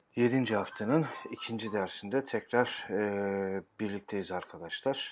Yedinci haftanın ikinci dersinde tekrar birlikteyiz arkadaşlar.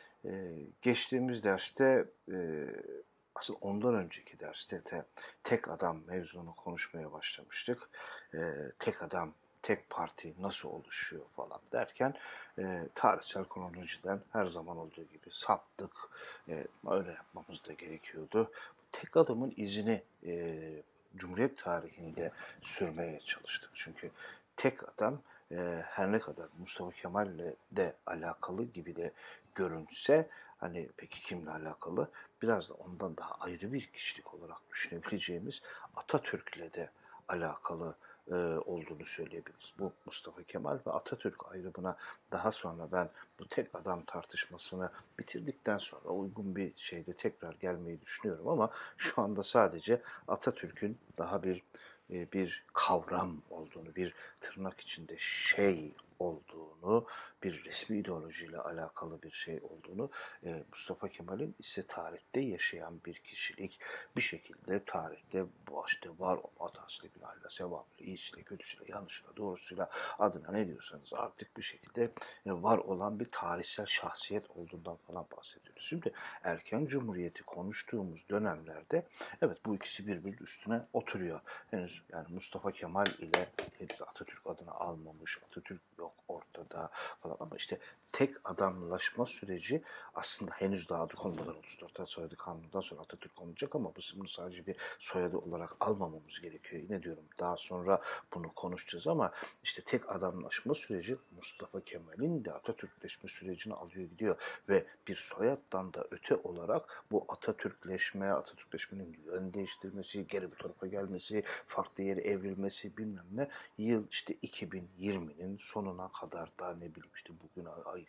Geçtiğimiz derste aslında ondan önceki derste de tek adam mevzunu konuşmaya başlamıştık. Tek adam, tek parti nasıl oluşuyor falan derken tarihsel kronolojiden her zaman olduğu gibi saptık. Öyle yapmamız da gerekiyordu. Tek adamın izini Cumhuriyet tarihinde sürmeye çalıştık. Çünkü tek adam her ne kadar Mustafa Kemal'le de alakalı gibi de görünse, hani peki kimle alakalı? Biraz da ondan daha ayrı bir kişilik olarak düşünebileceğimiz Atatürk'le de alakalı olduğunu söyleyebiliriz. Bu Mustafa Kemal ve Atatürk ayrımına daha sonra ben bu tek adam tartışmasını bitirdikten sonra uygun bir şeyde tekrar gelmeyi düşünüyorum ama şu anda sadece Atatürk'ün daha bir kavram olduğunu, bir tırnak içinde şey olduğunu, bir resmi ideolojiyle alakalı bir şey olduğunu, Mustafa Kemal'in ise tarihte yaşayan bir kişilik, bir şekilde tarihte bu işte var olma hatasıyla, günahıyla, sevabıyla, iyisiyle, kötüsüyle, yanlışıyla, doğrusuyla, adına ne diyorsanız artık bir şekilde var olan bir tarihsel şahsiyet olduğundan falan bahsediyoruz. Şimdi erken cumhuriyeti konuştuğumuz dönemlerde evet bu ikisi birbirinin üstüne oturuyor. Henüz yani Mustafa Kemal ile henüz Atatürk adını almamış, Atatürk yok ortada falan ama işte tek adamlaşma süreci aslında henüz daha adı konmadan 34 soyadı kanunundan sonra Atatürk olacak ama bunu sadece bir soyadı olarak almamamız gerekiyor. Yine diyorum daha sonra bunu konuşacağız ama işte tek adamlaşma süreci Mustafa Kemal'in de Atatürkleşme sürecini alıyor gidiyor ve bir soyaddan da öte olarak bu Atatürkleşmenin yön değiştirmesi, geri bu tarafa gelmesi, farklı yere evrilmesi bilmem ne yıl işte 2020'nin sonuna kadar da ne bileyim işte bugün ayı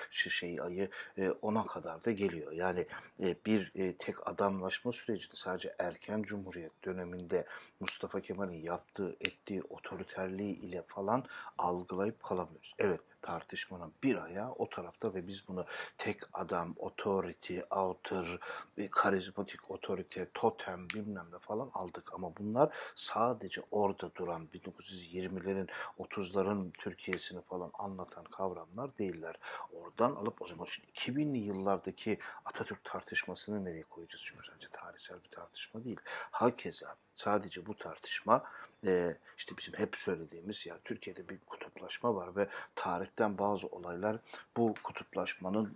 ayı 10'a kadar da geliyor. Yani bir tek adamlaşma sürecini sadece erken cumhuriyet döneminde Mustafa Kemal'in yaptığı, ettiği otoriterliği ile falan algılayıp kalamıyoruz. Evet, tartışmanın bir ayağı o tarafta ve biz bunu tek adam, authority, author, karizmatik otorite, totem bilmem ne falan aldık. Ama bunlar sadece orada duran 1920'lerin, 30'ların Türkiye'sini falan anlatan kavramlar değiller. Oradan alıp o zaman şimdi 2000'li yıllardaki Atatürk tartışmasını nereye koyacağız? Çünkü sadece tarihsel bir tartışma değil. Hakeza sadece bu tartışma işte bizim hep söylediğimiz ya Türkiye'de bir kutuplaşma var ve tarihten bazı olaylar bu kutuplaşmanın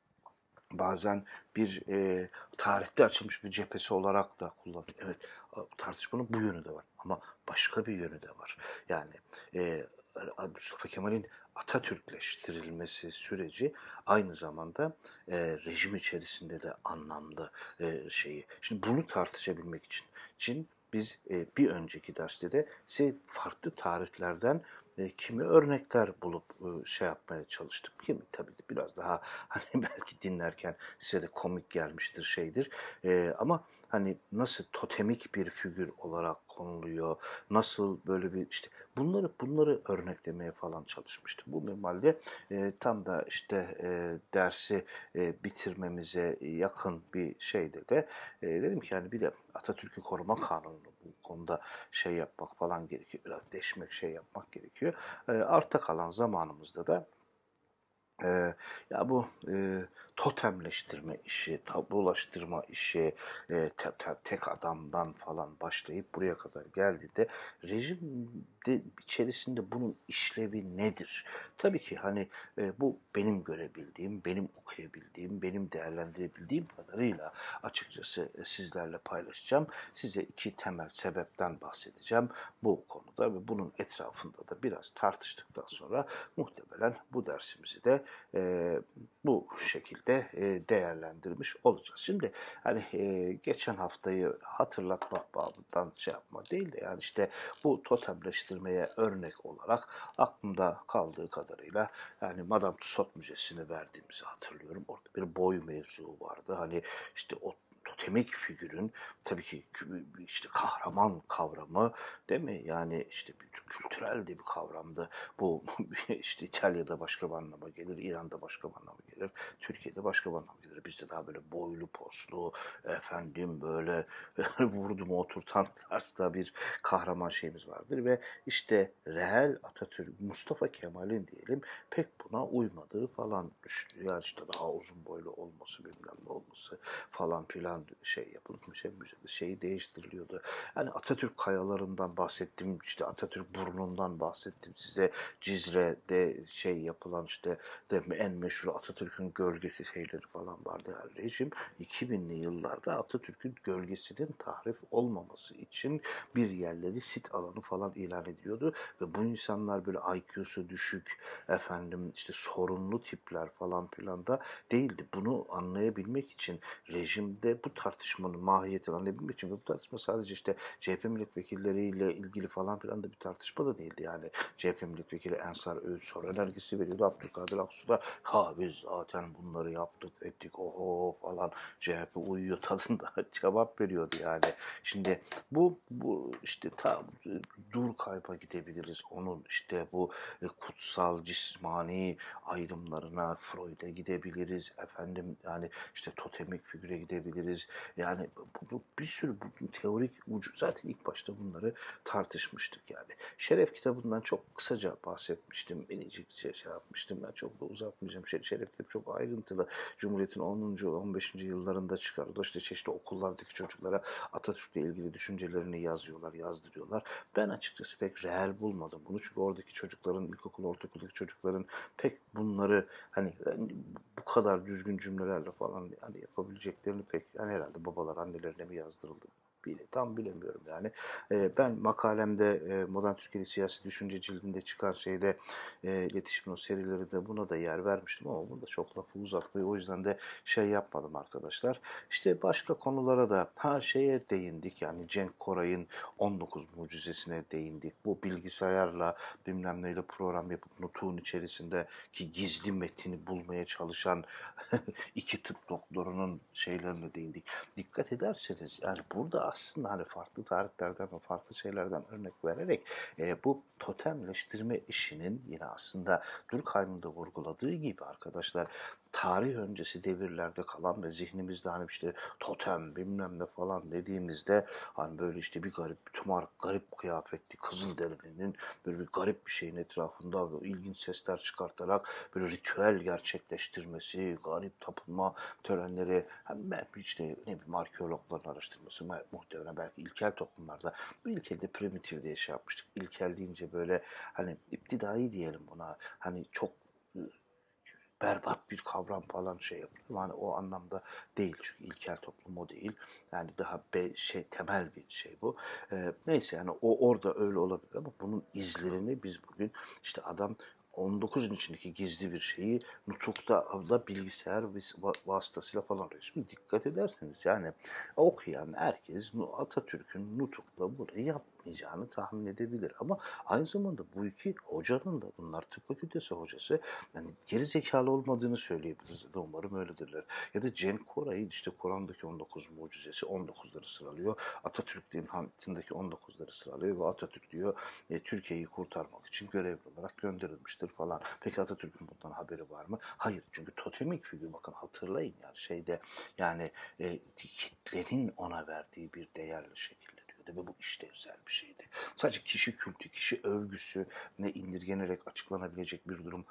bazen bir tarihte açılmış bir cephesi olarak da kullanılıyor. Evet, tartışmanın bu yönü de var ama başka bir yönü de var. Yani e, Mustafa Kemal'in Atatürkleştirilmesi süreci aynı zamanda rejim içerisinde de anlamlı şeyi. Şimdi bunu tartışabilmek için biz bir önceki derste de size farklı tarihlerden kimi örnekler bulup şey yapmaya çalıştık. Kimi tabii ki biraz daha hani belki dinlerken size de komik gelmiştir şeydir. Ama hani nasıl totemik bir figür olarak konuluyor, nasıl böyle bir işte bunları örneklemeye falan çalışmıştım. Bu minvalde tam da işte dersi bitirmemize yakın bir şeyde de dedim ki yani bir de Atatürk'ü Koruma Kanunu bu konuda şey yapmak falan gerekiyor. Biraz deşmek şey yapmak gerekiyor. Arta kalan zamanımızda da ee, ya bu totemleştirme işi, tablolaştırma işi, tek adamdan falan başlayıp buraya kadar geldi de rejim de içerisinde bunun işlevi nedir? Tabii ki hani bu benim görebildiğim, benim okuyabildiğim, benim değerlendirebildiğim kadarıyla açıkçası sizlerle paylaşacağım. Size iki temel sebepten bahsedeceğim bu konuda ve bunun etrafında da biraz tartıştıktan sonra muhtemelen bu dersimizi de bu şekilde değerlendirmiş olacağız. Şimdi hani geçen haftayı hatırlatmak babından şey yapma değil de yani işte bu totemleştirmeye örnek olarak aklımda kaldığı kadarıyla yani Madame Tussauds Müzesi'ni verdiğimizi hatırlıyorum. Orada bir boy mevzu vardı. Hani işte o totemik figürün tabii ki işte kahraman kavramı, değil mi? Yani işte kültürel de bir kavramdı. Bu işte İtalya'da başka bir anlama gelir, İran'da başka bir anlama gelir, Türkiye'de başka bir anlama gelir. Bizde daha böyle boylu poslu, efendim böyle vurdu mu oturtan tarzda bir kahraman şeyimiz vardır ve işte reel Atatürk, Mustafa Kemal'in diyelim pek buna uymadığı falan düşünüyor. Yani işte daha uzun boylu olması, bilmem ne olması falan filan şey yapılmış, müzede şeyi değiştiriliyordu. Yani Atatürk kayalarından bahsettim, işte Atatürk burnundan bahsettim size. Cizre'de şey yapılan işte de en meşhur Atatürk'ün gölgesi şeyleri falan vardı. Yani rejim 2000'li yıllarda Atatürk'ün gölgesinin tahrif olmaması için bir yerleri sit alanı falan ilan ediyordu ve bu insanlar böyle IQ'su düşük, efendim işte sorunlu tipler falan filan da değildi. Bunu anlayabilmek için rejimde bu tartışmanın mahiyetini anlayabilmek için ve bu tartışma sadece işte CHP milletvekilleriyle ilgili falan filan da bir tartışma da değildi. Yani CHP milletvekili Ensar Öğüt soru önergesi veriyordu. Abdülkadir Aksu da ha biz zaten bunları yaptık ettik oho falan CHP uyuyor tadında cevap veriyordu yani. Şimdi bu işte Durkheim'a gidebiliriz. Onun işte bu kutsal cismani ayrımlarına, Freud'a gidebiliriz. Efendim yani işte totemik figüre gidebiliriz. Yani bu bir sürü bu teorik ucu zaten ilk başta bunları tartışmıştık yani. Şeref kitabından çok kısaca bahsetmiştim. Minicik şey yapmıştım. Ben çok da uzatmayacağım. Şeref kitabı çok ayrıntılı. Cumhuriyet'in 10. 15. yıllarında çıkardı. İşte çeşitli okullardaki çocuklara Atatürk'le ilgili düşüncelerini yazıyorlar, yazdırıyorlar. Ben açıkçası pek reel bulmadım bunu. Çünkü oradaki çocukların, ilkokul, ortaokuldaki çocukların pek bunları hani bu kadar düzgün cümlelerle falan yani yapabileceklerini pek yani herhalde babalar annelerine mi yazdırıldı tam bilemiyorum yani. Ben makalemde Modern Türkiye'de siyasi düşünce cildinde çıkan şeyde iletişimin o serileri de buna da yer vermiştim ama burada çok lafı uzatmayı o yüzden de şey yapmadım arkadaşlar. İşte başka konulara da şeye değindik yani Cenk Koray'ın 19 mucizesine değindik. Bu bilgisayarla bilmem neyle program yapıp nutuğun içerisindeki gizli metini bulmaya çalışan iki tıp doktorunun şeylerine değindik. Dikkat ederseniz yani burada aslında hani farklı tarihlerden ve farklı şeylerden örnek vererek bu totemleştirme işinin yine aslında Durkheim'ın da vurguladığı gibi arkadaşlar tarih öncesi devirlerde kalan ve zihnimizde hani işte totem bilmem ne falan dediğimizde hani böyle işte bir garip bir tümar garip kıyafetli Kızılderili'nin böyle bir garip bir şeyin etrafında böyle ilginç sesler çıkartarak böyle ritüel gerçekleştirmesi, garip tapınma törenleri hem belki işte ne bileyim arkeologların araştırması muhtemelen belki ilkel toplumlarda bu ilkelde primitif diye şey yapmıştık. İlkel deyince böyle hani iptidai diyelim buna hani çok berbat bir kavram falan şey yapıyor. Yani o anlamda değil çünkü ilkel toplum o değil. Yani daha temel bir şey bu. Neyse yani o orada öyle olabilir ama bunun izlerini biz bugün işte adam 19'un içindeki gizli bir şeyi nutukta da bilgisayar vasıtasıyla falan arıyor. Şimdi dikkat ederseniz yani okuyan herkes Atatürk'ün nutukla burayı yapmayacağını tahmin edebilir ama aynı zamanda bu iki hocanın da bunlar tıp fakültesi hocası yani geri zekalı olmadığını söyleyebiliriz. Ya da umarım öyledirler. Ya da Cenk Koray'ın işte Kur'an'daki 19 mucizesi 19'ları sıralıyor. Atatürk'ün Hamd'indeki 19'ları sıralıyor ve Atatürk diyor Türkiye'yi kurtarmak için görevli olarak gönderilmiştir falan. Peki Atatürk'ün bundan haberi var mı? Hayır. Çünkü totemik figür bakın hatırlayın yani şeyde yani kitlenin ona verdiği bir değerle şekilleniyordu ve bu işlevsel bir şeydi. Sadece kişi kültü, kişi övgüsü ne indirgenerek açıklanabilecek bir durum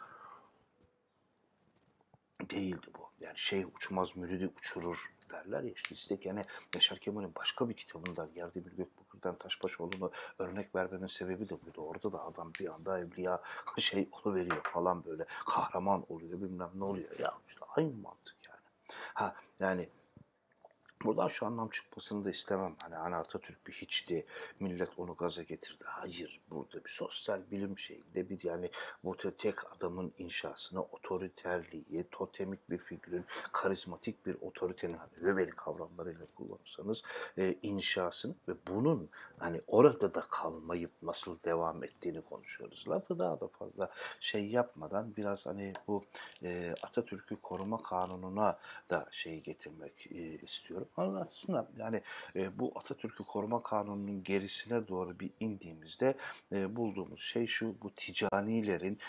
değildi bu. Yani şey uçmaz müridi uçurur derler ya işte size gene Yaşar Kemal'in başka bir kitabında Yerde Bir Gök Bakır'dan Taşbaşoğlu'nu örnek vermenin sebebi de buydu. Orada da adam bir anda evliya şey veriyor falan böyle kahraman oluyor bilmem ne oluyor. Ya işte aynı mantık yani. Yani buradan şu anlam çıkmasını da istemem. Hani Atatürk bir hiçti, millet onu gaza getirdi. Hayır, burada bir sosyal bilim şeyinde bir yani burada tek adamın inşasına otoriterliği, totemik bir figürün, karizmatik bir otoritenin hani Weber'in kavramlarıyla kullanırsanız inşasını ve bunun hani orada da kalmayıp nasıl devam ettiğini konuşuyoruz. Lafı daha da fazla şey yapmadan biraz hani bu Atatürk'ü koruma kanununa da şeyi getirmek istiyorum. Anlatsınlar. Yani bu Atatürk'ü Koruma Kanunu'nun gerisine doğru bir indiğimizde bulduğumuz şey şu: bu ticanilerin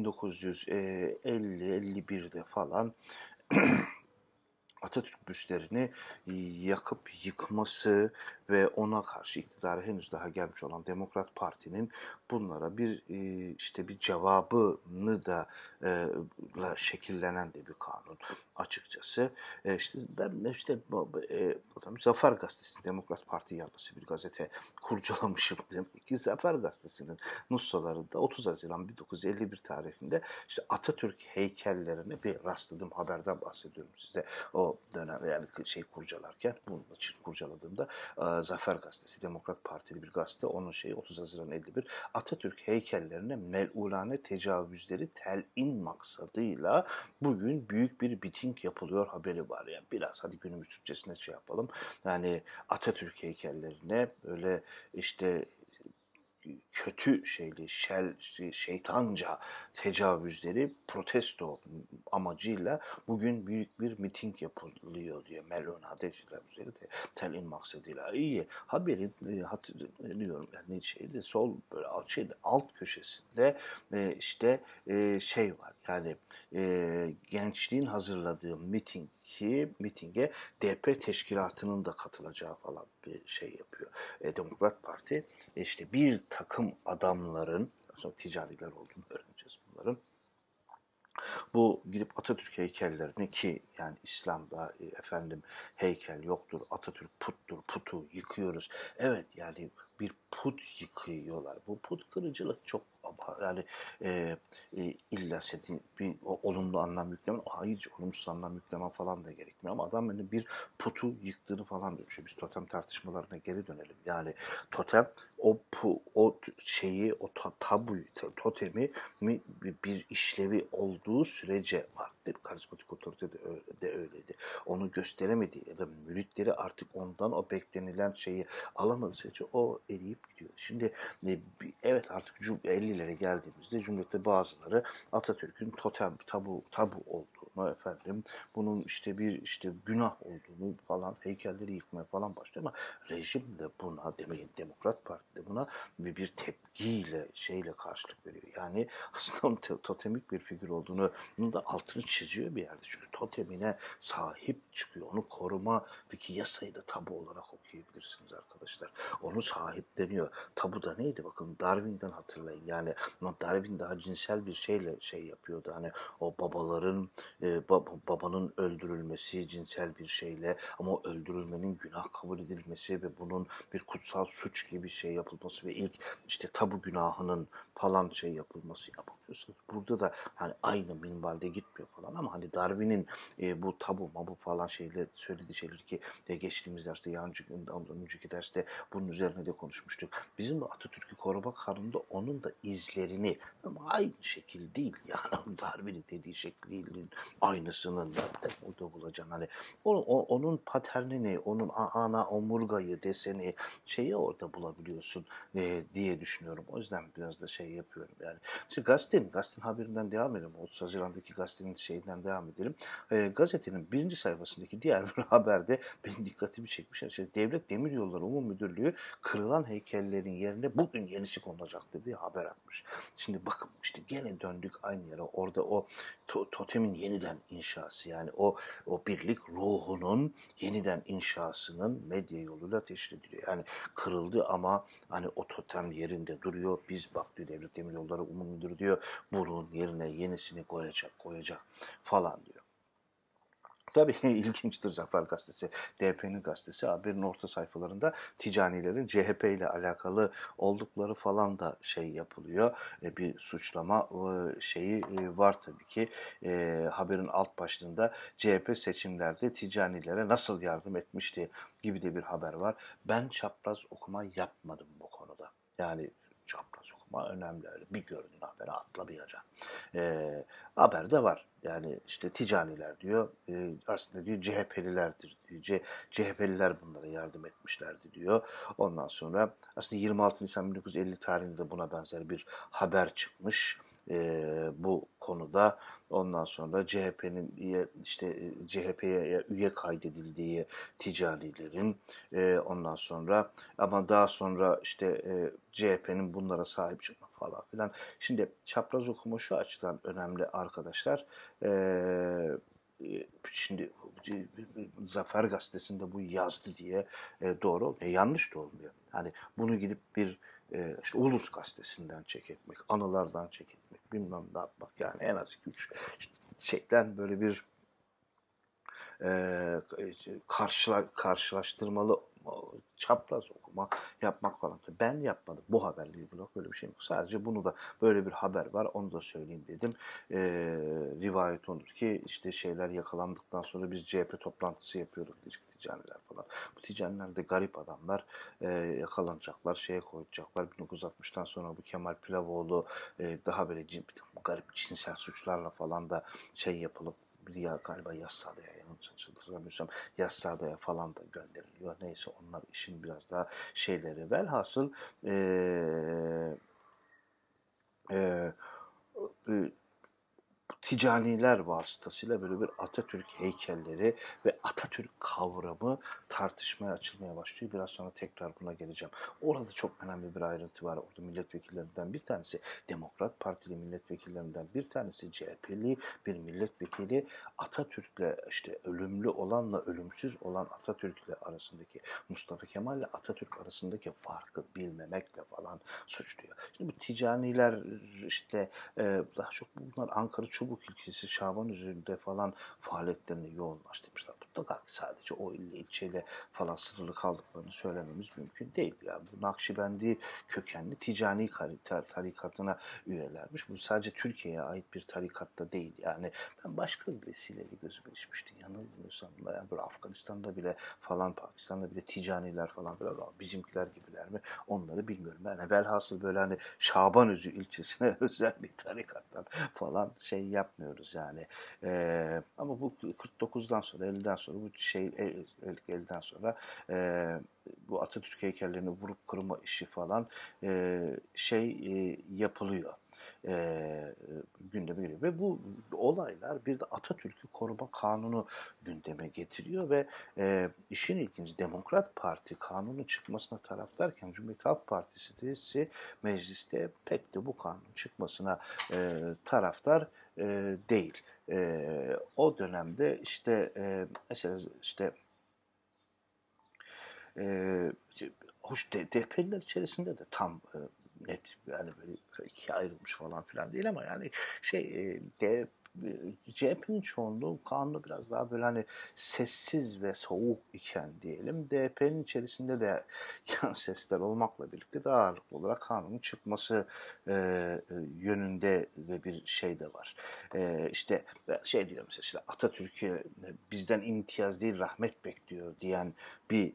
1950-51'de falan Atatürk büstlerini yakıp yıkması ve ona karşı iktidara henüz daha gelmiş olan Demokrat Parti'nin bunlara işte bir cevabını da şekillenen de bir kanun açıkçası. İşte ben de işte Zafer Gazetesi, Demokrat Parti yanlısı bir gazete kurcalamışım demek ki. Zafer Gazetesi'nin nussalarında 30 Haziran 1951 tarihinde işte Atatürk heykellerine bir rastladım, haberden bahsediyorum size. O dönem yani kurcalarken, bunun için kurcaladığımda Zafer Gazetesi, Demokrat Partili bir gazete, onun 30 Haziran 51 Atatürk heykellerine melulane tecavüzleri telin maksadıyla bugün büyük bir miting yapılıyor haberi var. Yani biraz hadi günümüz Türkçesine yapalım. Yani Atatürk heykellerine böyle işte kötü şeytanca tecavüzleri protesto amacıyla bugün büyük bir miting yapılıyor diyor. Melunade tecavüzleri telin maksadıyla. İyi. Haberin hatırlıyorum yani sol böyle alt köşesinde var. Yani gençliğin hazırladığı mitinge DP teşkilatının da katılacağı falan bir şey yapıyor. Demokrat Parti işte bir takım adamların, sonra ticariler olduğunu öğreneceğiz bunların, bu gidip Atatürk heykellerini, ki yani İslam'da heykel yoktur, Atatürk puttur, putu yıkıyoruz. Evet, yani bir put yıkıyorlar. Bu put kırıcılık çok, yani illa senin bir olumlu anlam yüklemen, hayır olumsuz anlam yüklemen falan da gerekmiyor. Ama adam hani bir putu yıktığını falan diyor. Biz totem tartışmalarına geri dönelim. Yani totem tabuyu, totemi bir işlevi olduğu sürece vardır. Karizmatik otorite de öyleydi. Onu gösteremediği ya da müritleri artık ondan o beklenilen şeyi alamadığı sürece o eriyip gidiyor. Şimdi evet, artık 50'lere geldiğimizde Cumhuriyet'te bazıları Atatürk'ün totem, tabu olduğunu, bunun bir günah olduğunu falan, heykelleri yıkmaya falan başlıyor ama rejim de buna, demeyin Demokrat Parti de buna bir tepkiyle karşılık veriyor. Yani aslında onun totemik bir figür olduğunu, bunun da altını çiziyor bir yerde. Çünkü totemine sahip çıkıyor. Onu koruma, peki yasayı da tabu olarak okuyabilirsiniz arkadaşlar. Onu sahipleniyor. Tabu da neydi? Bakın Darwin'den hatırlayın. Yani Darwin daha cinsel bir şeyle yapıyordu. Hani o babanın öldürülmesi cinsel bir şeyle, ama o öldürülmenin günah kabul edilmesi ve bunun bir kutsal suç gibi yapılması ve ilk tabu günahının falan yapılması yapıyorsunuz. Burada da hani aynı minvalde gitmiyor falan, ama hani Darwin'in bu tabu mabu falan söylediği şeyler ki geçtiğimiz derste, ondan önceki derste bunun üzerine de konuşmuştuk. Bizim bu Atatürk'ü Koruma Kanunu'nda onun da izlerini, ama aynı şekil değil yani Darwin'in dediği şeklinin aynısının da burada bulacaksın. Hani onun paternini, onun ana omurgayı, deseni orada bulabiliyorsun diye düşünüyorum. O yüzden biraz da yapıyorum yani. İşte gazetenin haberinden devam edelim. 30 Haziran'daki gazetenin devam edelim. Gazetenin birinci sayfasındaki diğer bir haberde benim dikkatimi çekmiş. Devlet Demiryolları Umum Müdürlüğü kırılan heykellerin yerine bugün yenisi konulacak diye haber atmış. Şimdi bakın, gene döndük aynı yere. Orada o totemin yeniden inşası, yani o birlik ruhunun yeniden inşasının medya yoluyla teşhir ediliyor. Yani kırıldı ama hani o totem yerinde duruyor. Biz bak diyor, Devlet Demiryolları Umum Müdürü diyor, bunun yerine yenisini koyacak falan diyor. Tabii ilginçtir Zafer Gazetesi, DP'nin gazetesi. Haberin orta sayfalarında ticanilerin CHP ile alakalı oldukları falan da yapılıyor. Bir suçlama var tabii ki. Haberin alt başlığında CHP seçimlerde ticanilere nasıl yardım etmişti gibi de bir haber var. Ben çapraz okuma yapmadım bu konuda. Yani çapraz okuma önemli. Öyle bir gördüğün haberi atlamayacaksın. Haberde var. Yani ticaniler diyor, aslında diyor CHP'lilerdir diyor. CHP'liler bunlara yardım etmişlerdi diyor. Ondan sonra aslında 26 Nisan 1950 tarihinde buna benzer bir haber çıkmış. bu konuda. Ondan sonra CHP'nin işte CHP'ye üye kaydedildiği ticarilerin, ondan sonra ama daha sonra işte CHP'nin bunlara sahip çıkmak falan filan. Şimdi çapraz okuma şu açıdan önemli arkadaşlar. Şimdi Zafer Gazetesi'nde bu yazdı diye doğru yanlış da olmuyor. Hani bunu gidip bir işte Ulus Gazetesi'nden çek etmek, anılardan çek etmek, bilmem ne yapmak, yani en az 2-3 şeyden böyle bir karşılaştırmalı çapraz okuma yapmak falan. Ben yapmadım. Bu haberle ilgili böyle bir şey yok. Sadece bunu da, böyle bir haber var, onu da söyleyeyim dedim. Rivayet olur ki işte şeyler yakalandıktan sonra biz CHP toplantısı yapıyorduk, ticaniler falan. Bu ticaniler de garip adamlar. Yakalanacaklar, şeye koyacaklar. 1960'tan sonra bu Kemal Pilavoğlu daha böyle garip cinsel suçlarla falan da şey yapılıp galiba Yassıada'ya, yanlış hatırlamıyorsam Yassıada'ya falan da gönderiliyor. Neyse, onlar işin biraz daha şeyleri. Velhasıl e, e, ticaniler vasıtasıyla böyle bir Atatürk heykelleri ve Atatürk kavramı tartışmaya açılmaya başlıyor. Biraz sonra tekrar buna geleceğim. Orada çok önemli bir ayrıntı var. Orada milletvekillerinden bir tanesi, Demokrat Partili milletvekillerinden bir tanesi, CHP'li bir milletvekili Atatürk'le, işte ölümlü olanla ölümsüz olan Atatürk'le arasındaki, Mustafa Kemal'le Atatürk arasındaki farkı bilmemekle falan suçluyor. Şimdi bu ticaniler işte daha çok bunlar Ankara Çubuk ilçesi Şabanözü'nde falan faaliyetlerini yoğunlaştırmışlar. Mutlaka sadece o ilçeyle falan sınırlı kaldıklarını söylememiz mümkün değil. Yani bu Nakşibendi kökenli ticani tarikatına üyelermiş. Bu sadece Türkiye'ye ait bir tarikatta değil. Yani ben başka bir vesileyle gözüme ilişmişti. Yanılmıyorsam yani böyle Afganistan'da bile falan, Pakistan'da bile ticaniler falan böyle, bizimkiler gibiler mi onları bilmiyorum. Yani velhasıl böyle hani Şabanözü ilçesine özel bir tarikattan falan şey yapmıyoruz yani. Ama bu 49'dan sonra, 50'den sonra bu şey 50'den sonra bu Atatürk heykellerini vurup kırma işi falan yapılıyor. Gündeme geliyor ve bu olaylar bir de Atatürk'ü koruma kanunu gündeme getiriyor ve işin ilginci, Demokrat Parti kanunun çıkmasına taraftarken Cumhuriyet Halk Partisi mecliste pek de bu kanunun çıkmasına taraftar değil. O dönemde işte mesela işte hoş DP'liler içerisinde de tam net, yani böyle ikiye ayrılmış falan filan değil ama yani CHP'nin çoğunluğu kanunu biraz daha böyle hani sessiz ve soğuk iken diyelim, DP'nin içerisinde de yan sesler olmakla birlikte daha ağırlıklı olarak kanunun çıkması yönünde de bir şey de var. İşte şey diyor mesela, işte Atatürk'ü bizden imtiyaz değil rahmet bekliyor diyen bir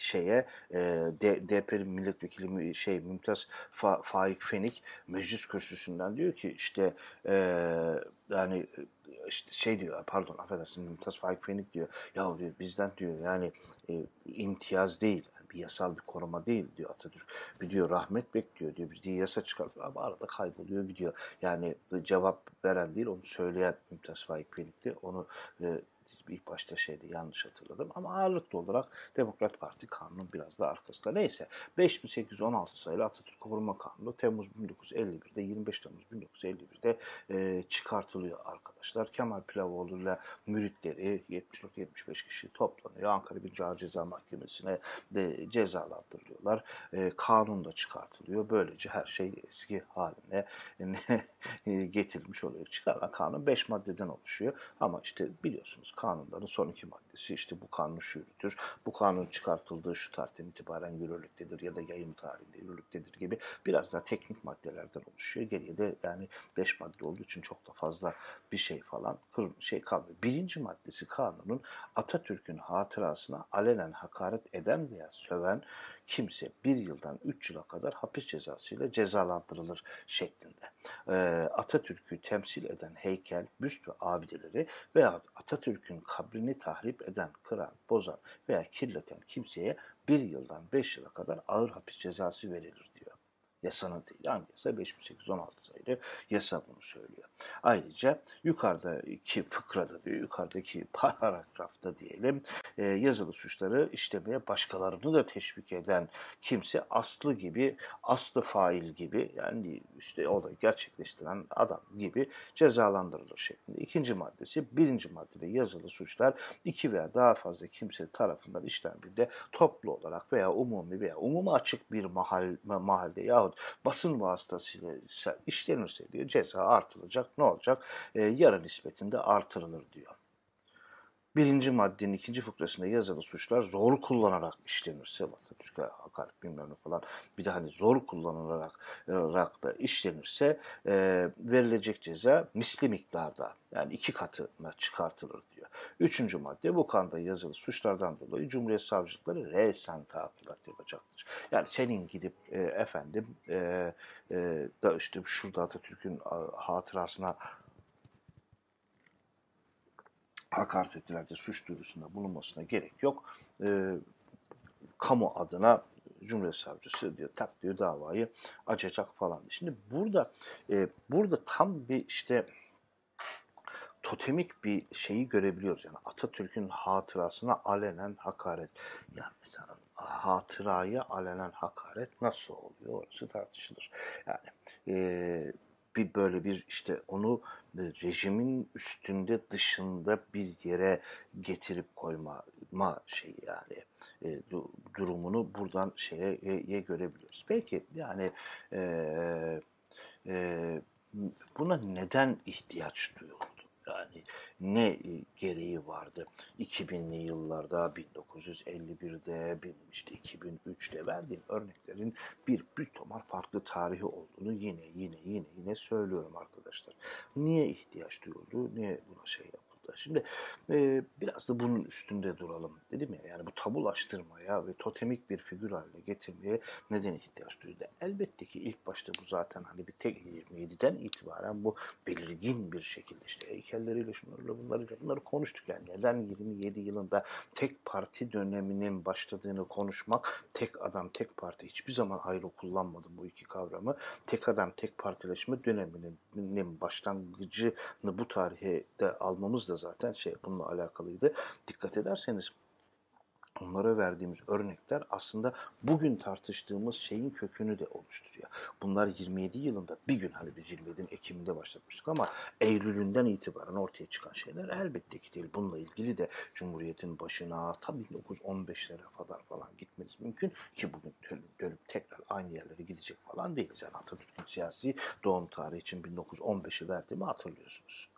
DP milletvekili Mümtaz Faik Fenik meclis kürsüsünden diyor ki işte yani işte şey diyor, pardon affedersin, Mümtaz Faik Fenik diyor ya, diyor, bizden diyor yani imtiyaz değil, bir yasal bir koruma değil diyor Atatürk. Bir diyor rahmet bekliyor diyor. Biz diye yasa çıkartıyor ama arada kayboluyor gidiyor. Yani cevap veren değil, onu söyleyen Mümtaz Faik Fenik'ti. Onu ilk başta yanlış hatırladım ama ağırlıklı olarak Demokrat Parti kanunun biraz da arkasında. Neyse, 5816 sayılı Atatürk Koruma Kanunu Temmuz 1951'de, 25 Temmuz 1951'de çıkartılıyor arkadaşlar. Kemal Pilavoğlu ile müritleri 74-75 kişi toplanıyor. Ankara 1. Ağır Ceza Mahkemesi'ne de cezalandırılıyorlar. Kanun da çıkartılıyor. Böylece her şey eski haline getirilmiş oluyor. Çıkarılan kanun 5 maddeden oluşuyor. Ama işte biliyorsunuz kanunların son 2 maddesi işte bu kanun şu yürütür, bu kanun çıkartıldığı şu tarihten itibaren yürürlüktedir ya da yayım tarihinde yürürlüktedir gibi biraz daha teknik maddelerden oluşuyor. Geriye de yani 5 madde olduğu için çok da fazla bir şey falan kalmıyor. Birinci maddesi kanunun, Atatürk'ün hatırasına alenen hakaret eden veya söven kimse 1 yıldan 3 yıla kadar hapis cezasıyla cezalandırılır şeklinde. Atatürk'ü temsil eden heykel, büst ve abideleri veya Atatürk'ün kabrini tahrip eden, kıran, bozan veya kirleten kimseye 1 yıldan 5 yıla kadar ağır hapis cezası verilir diyor. Yasanın değil. Anayasa 5816 sayılı yasa bunu söylüyor. Ayrıca yukarıdaki fıkrada diyor, yukarıdaki paragrafta diyelim, yazılı suçları işlemeye başkalarını da teşvik eden kimse aslı gibi, aslı fail gibi, yani işte olayı gerçekleştiren adam gibi cezalandırılır şeklinde. İkinci maddesi, birinci maddede yazılı suçlar iki veya daha fazla kimse tarafından işlendiğinde toplu olarak veya umumi veya umuma açık bir mahalde yahut basın vasıtasıyla işlenirse diyor, ceza artılacak. Ne olacak? Yarı nispetinde artırılır diyor. Birinci maddenin ikinci fıkrasında yazılı suçlar zor kullanarak işlenirse, Atatürk'e hakaret bilmem ne falan, bir de hani zor kullanılarak da işlenirse verilecek ceza misli miktarda, yani iki katına çıkartılır diyor. Üçüncü madde, bu kanunda yazılı suçlardan dolayı Cumhuriyet Savcılıkları resen takibat yapacaktır. Yani senin gidip da işte şurada Atatürk'ün hatırasına hakaret ettiler de suç duyurusunda bulunmasına gerek yok. Kamu adına Cumhuriyet Savcısı diyor, tak diyor, davayı açacak falan. Şimdi burada tam bir işte totemik bir şeyi görebiliyoruz. Yani Atatürk'ün hatırasına alenen hakaret. Yani mesela hatıraya alenen hakaret nasıl oluyor? Orası tartışılır. Yani bir böyle bir işte onu rejimin üstünde dışında bir yere getirip koyma şeyi, yani durumunu buradan görebiliyoruz. Peki yani e, e, buna neden ihtiyaç duyuldu? Yani ne gereği vardı? 2000'li yıllarda, 1951'de, işte 2003'te verdiğim örneklerin bir tomar farklı tarihi olduğunu yine söylüyorum arkadaşlar. Niye ihtiyaç duyuldu? Niye buna şey yapıldı? Şimdi biraz da bunun üstünde duralım dedim ya. Yani bu tabulaştırmaya ve totemik bir figür haline getirmeye neden ihtiyaç duyuldu? Elbette ki ilk başta bu zaten hani bir tek 27'den itibaren bu belirgin bir şekilde işte heykelleriyle şunlarla bunları konuştuk. Yani neden 27 yılında tek parti döneminin başladığını konuşmak, tek adam tek parti, hiçbir zaman ayrı kullanmadım bu iki kavramı. Tek adam tek partileşme döneminin başlangıcını bu tarihe de almamız da zaten bununla alakalıydı. Dikkat ederseniz onlara verdiğimiz örnekler aslında bugün tartıştığımız şeyin kökünü de oluşturuyor. Bunlar 27 yılında bir gün, hani biz 27'nin Ekim'inde başlatmıştık ama Eylül'ünden itibaren ortaya çıkan şeyler elbette ki değil. Bununla ilgili de Cumhuriyet'in başına tabii 1915'lere kadar falan gitmeniz mümkün ki bugün dönüp tekrar aynı yerlere gidecek falan değiliz. Yani Atatürk'ün siyasi doğum tarihi için 1915'i verdiğimi hatırlıyorsunuz.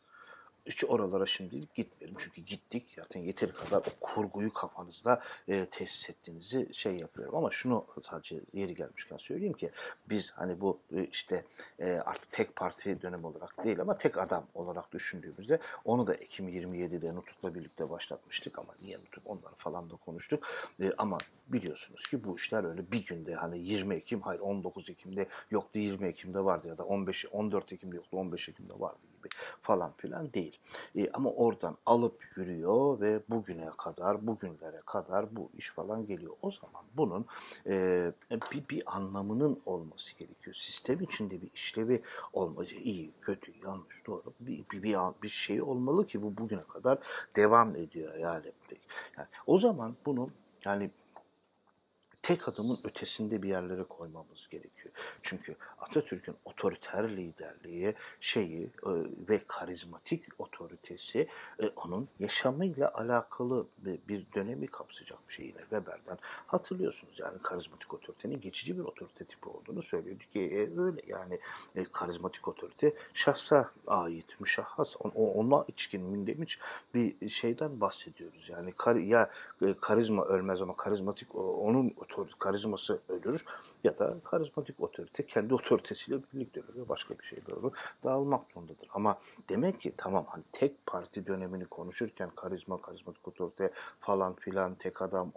Hiç oralara şimdilik gitmeyelim. Çünkü gittik. Zaten yeteri kadar o kurguyu kafanızda tesis ettiğinizi yapıyorum. Ama şunu sadece yeri gelmişken söyleyeyim ki biz hani bu işte artık tek parti dönemi olarak değil ama tek adam olarak düşündüğümüzde onu da Ekim 27'de Nutuk'la birlikte başlatmıştık ama niye Nutuk, onları falan da konuştuk. Ama biliyorsunuz ki bu işler öyle bir günde, hani 20 Ekim, hayır 19 Ekim'de yoktu, 20 Ekim'de vardı ya da 14 Ekim'de yoktu, 15 Ekim'de vardı gibi falan filan değil. Ama oradan alıp yürüyor ve bugünlere kadar bu iş falan geliyor. O zaman bunun bir anlamının olması gerekiyor. Sistem içinde bir işlevi olması, iyi, kötü, yanlış, doğru bir şey olmalı ki bu bugüne kadar devam ediyor yani o zaman bunu, yani tek adımın ötesinde bir yerlere koymamız gerekiyor. Çünkü Atatürk'ün otoriter liderliği ve karizmatik otoritesi onun yaşamıyla alakalı bir dönemi kapsayacak bir şey. Yine Weber'den hatırlıyorsunuz, yani karizmatik otoritenin geçici bir otorite tipi olduğunu söylüyordu ki öyle yani karizmatik otorite şahsa ait, müşahhas, ona içkin, mündemiş bir şeyden bahsediyoruz. Yani karizma ölmez ama onun karizması ölür ya da karizmatik otorite kendi otoritesiyle birlikte ölür ve başka bir şey doğru dağılmak zorundadır. Ama demek ki tamam, hani tek parti dönemini konuşurken karizmatik otorite falan filan, tek adam,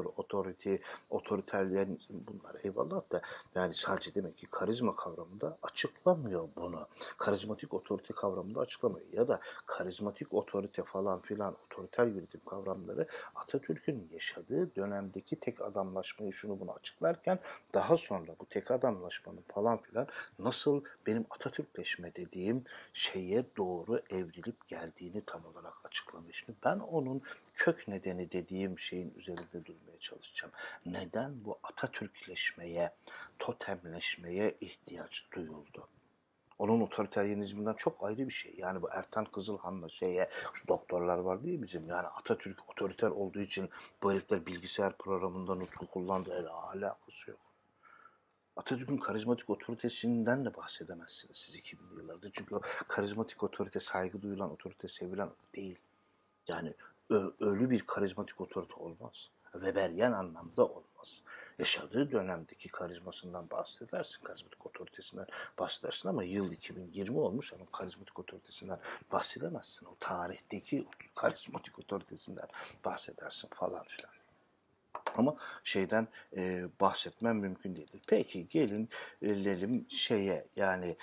otoriterler, bunlar eyvallah da yani sadece demek ki karizma kavramında açıklamıyor bunu. Karizmatik otorite kavramında açıklamıyor ya da karizmatik otorite falan filan, otoriter yönetim kavramları Atatürk'ün yaşadığı dönemdeki tek adamlaşmayı, şunu bunu açıklarken daha sonra bu tek adamlaşmanın falan filan nasıl benim Atatürkleşme dediğim şeye doğru evrilip geldiğini tam olarak açıklamış. Şimdi ben onun kök nedeni dediğim şeyin üzerinde durmaya çalışacağım. Neden bu Atatürkleşmeye, totemleşmeye ihtiyaç duyuldu? Onun otoriteryenizminden çok ayrı bir şey. Yani bu Ertan Kızılhan'la şu doktorlar var diye bizim. Yani Atatürk otoriter olduğu için bu herifler bilgisayar programında nutku kullandı. Öyle alakası yok. Atatürk'ün karizmatik otoritesinden de bahsedemezsiniz siz 2000'li yıllarda. Çünkü o karizmatik otorite saygı duyulan, otorite sevilen değil. Yani ölü bir karizmatik otorite olmaz. Weberian anlamda olmaz. Yaşadığı dönemdeki karizmasından bahsedersin, karizmatik otoritesinden bahsedersin ama yıl 2020 olmuş, onun karizmatik otoritesinden bahsedemezsin. O tarihteki karizmatik otoritesinden bahsedersin falan filan. Ama şeyden bahsetmem mümkün değildir. Peki gelelim şeye yani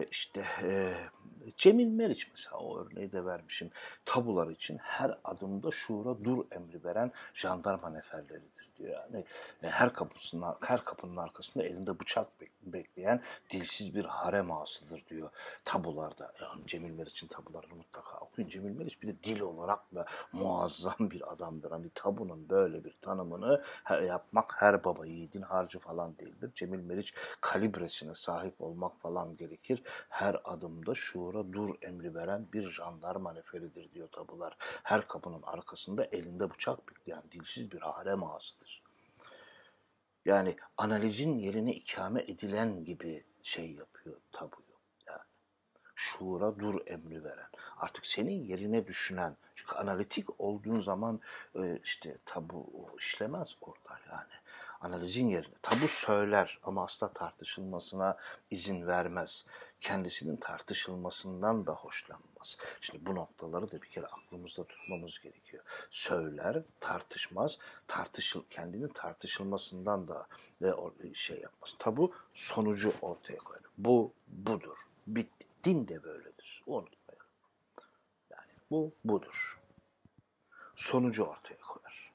Cemil Meriç mesela o örneği de vermişim. Tabular için her adımda şuura dur emri veren jandarma neferleridir diyor. Yani her kapının arkasında elinde bıçak bekleyen dilsiz bir harem ağasıdır diyor tabularda. Yani Cemil Meriç'in tabularını mutlaka okuyun. Cemil Meriç bir de dil olarak da muazzam bir adamdır. Hani tabunun böyle bir tanımını yapmak her baba yiğidin harcı falan değildir. Cemil Meriç kalibresine sahip olmak falan gerekir. Her adımda şuura dur emri veren bir jandarma neferidir diyor tabular. Her kapının arkasında elinde bıçak bekleyen dilsiz bir harem ağasıdır. Yani analizin yerine ikame edilen gibi şey yapıyor tabuyu. Yani şuura dur emri veren. Artık senin yerine düşünen. Çünkü analitik olduğun zaman tabu işlemez orada yani. Analizin yerine. Tabu söyler ama asla tartışılmasına izin vermez. Kendisinin tartışılmasından da hoşlanmaz. Şimdi bu noktaları da bir kere aklımızda tutmamız gerekiyor. Söyler, tartışmaz, kendinin tartışılmasından da şey yapmaz. Tabu sonucu ortaya koyar. Bu budur. Bitti. Din de böyledir. Unutmayalım. Yani bu budur. Sonucu ortaya koyar.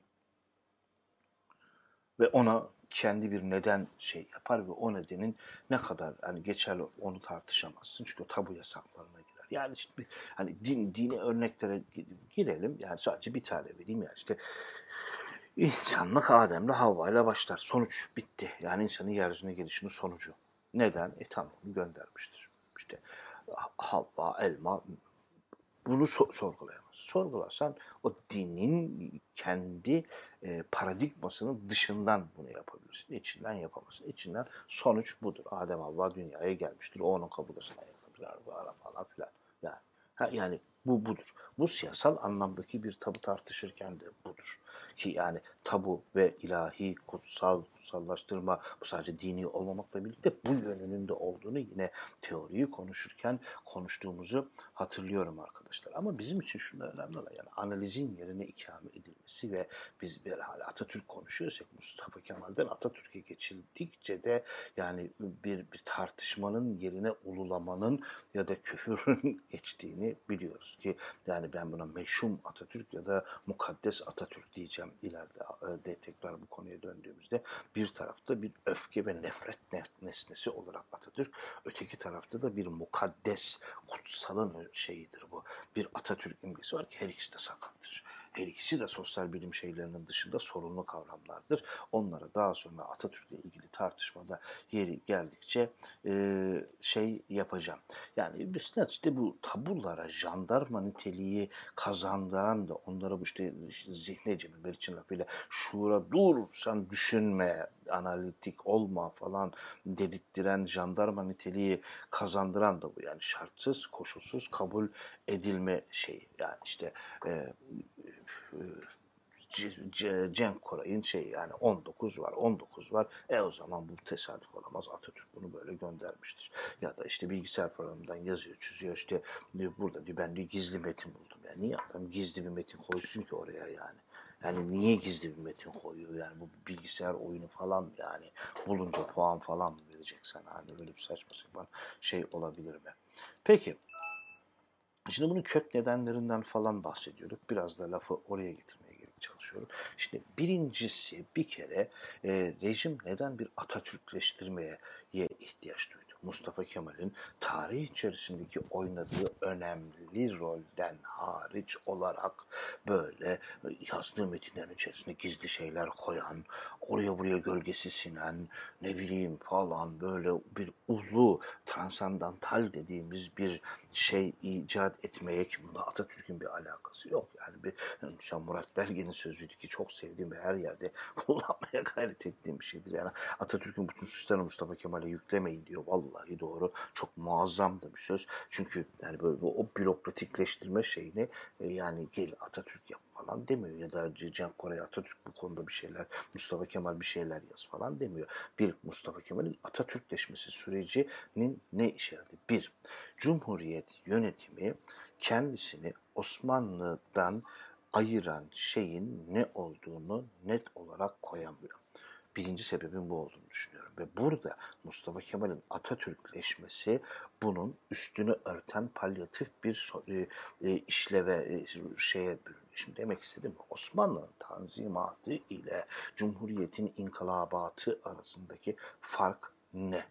Ve ona kendi bir neden şey yapar ve o nedenin ne kadar hani geçerli onu tartışamazsın. Çünkü o tabu yasaklarına girer. Yani şimdi hani dini örneklere girelim. Yani sadece bir tane vereyim yani işte insanlık Adem'le Havva'yla başlar. Sonuç bitti. Yani insanın yeryüzüne gelişinin sonucu. Neden? Tamam göndermiştir. İşte Havva, elma, bunu sorgulayamaz. Sorgularsan o dinin kendi paradigmasının dışından bunu yapabilirsin. İçinden yapamazsın. İçinden sonuç budur. Adem Havva dünyaya gelmiştir. O onun kaburgasına yatırır falan filan. Yani, yani bu budur. Bu siyasal anlamdaki bir tabu tartışırken de budur. Ki yani tabu ve ilahi, kutsallaştırma bu sadece dini olmamakla birlikte bu yönünün de olduğunu yine teoriyi konuşurken konuştuğumuzu hatırlıyorum arkadaşlar. Ama bizim için şunda önemli olan yani analizin yerine ikame edilmesi ve biz bir hala Atatürk konuşuyorsak Mustafa Kemal'den Atatürk'e geçildikçe de yani bir tartışmanın yerine ululamanın ya da küfürün geçtiğini biliyoruz ki yani ben buna meşhum Atatürk ya da mukaddes Atatürk diyeceğim ileride de tekrar bu konuya döndüğümüzde bir tarafta bir öfke ve nefret nesnesi olarak Atatürk, öteki tarafta da bir mukaddes kutsalın şeyidir bu. Bir Atatürk imgesi var ki her ikisi de sakattır. Her ikisi de sosyal bilim şeylerinin dışında sorunlu kavramlardır. Onlara daha sonra Atatürk'le ilgili tartışmada yeri geldikçe şey yapacağım. Yani biz işte bu tabulara jandarma niteliği kazandıran da onlara bu işte zihne Cemil Meriç'in lafıyla şuura dur sen düşünme analitik olma falan dedirttiren jandarma niteliği kazandıran da bu. Yani şartsız koşulsuz kabul edilme şeyi. Yani işte e, Cenk Koray'ın şeyi yani 19 var 19 var. O zaman bu tesadüf olamaz. Atatürk bunu böyle göndermiştir. Ya da işte bilgisayar programından yazıyor çiziyor işte diyor, burada diyor, ben diyor, gizli metin buldum. Yani niye adam gizli bir metin koysun ki oraya yani? Yani niye gizli bir metin koyuyor yani bu bilgisayar oyunu falan yani bulunca puan falan mı verecek sana hani böyle bir saçma sapan şey olabilir mi? Peki şimdi bunun kök nedenlerinden falan bahsediyorduk. Biraz da lafı oraya getirmeye çalışıyorum. çalışıyorum. Şimdi birincisi bir kere rejim neden bir Atatürkleştirmeye ihtiyaç duydu? Mustafa Kemal'in tarih içerisindeki oynadığı önemli rolden hariç olarak böyle yazdığı metinlerin içerisinde gizli şeyler koyan, oraya buraya gölgesi sinen, ne bileyim falan böyle bir ulu transandantal dediğimiz bir şey icat etmeye, ki bunda Atatürk'ün bir alakası yok. Yani bir Murat Belge'nin sözüydü ki çok sevdiğim ve her yerde kullanmaya gayret ettiğim bir şeydir. Yani Atatürk'ün bütün suçlarını Mustafa Kemal'e yüklemeyin diyor. Vallahi doğru. Çok muazzam da bir söz. Çünkü yani böyle o bürokratikleştirme şeyini yani gel Atatürk yap falan demiyor. Ya da Cenk Koray Atatürk bu konuda bir şeyler, Mustafa Kemal bir şeyler yaz falan demiyor. Bir, Mustafa Kemal'in Atatürkleşmesi sürecinin ne işareti? Bir, Cumhuriyet yönetimi kendisini Osmanlı'dan ayıran şeyin ne olduğunu net olarak koyamıyor. Birinci sebebin bu olduğunu düşünüyorum. Ve burada Mustafa Kemal'in Atatürkleşmesi bunun üstünü örten palyatif bir işleve şeye bürünüyor. Şimdi demek istediğim Osmanlı tanzimatı ile Cumhuriyet'in inkılabatı arasındaki fark ne?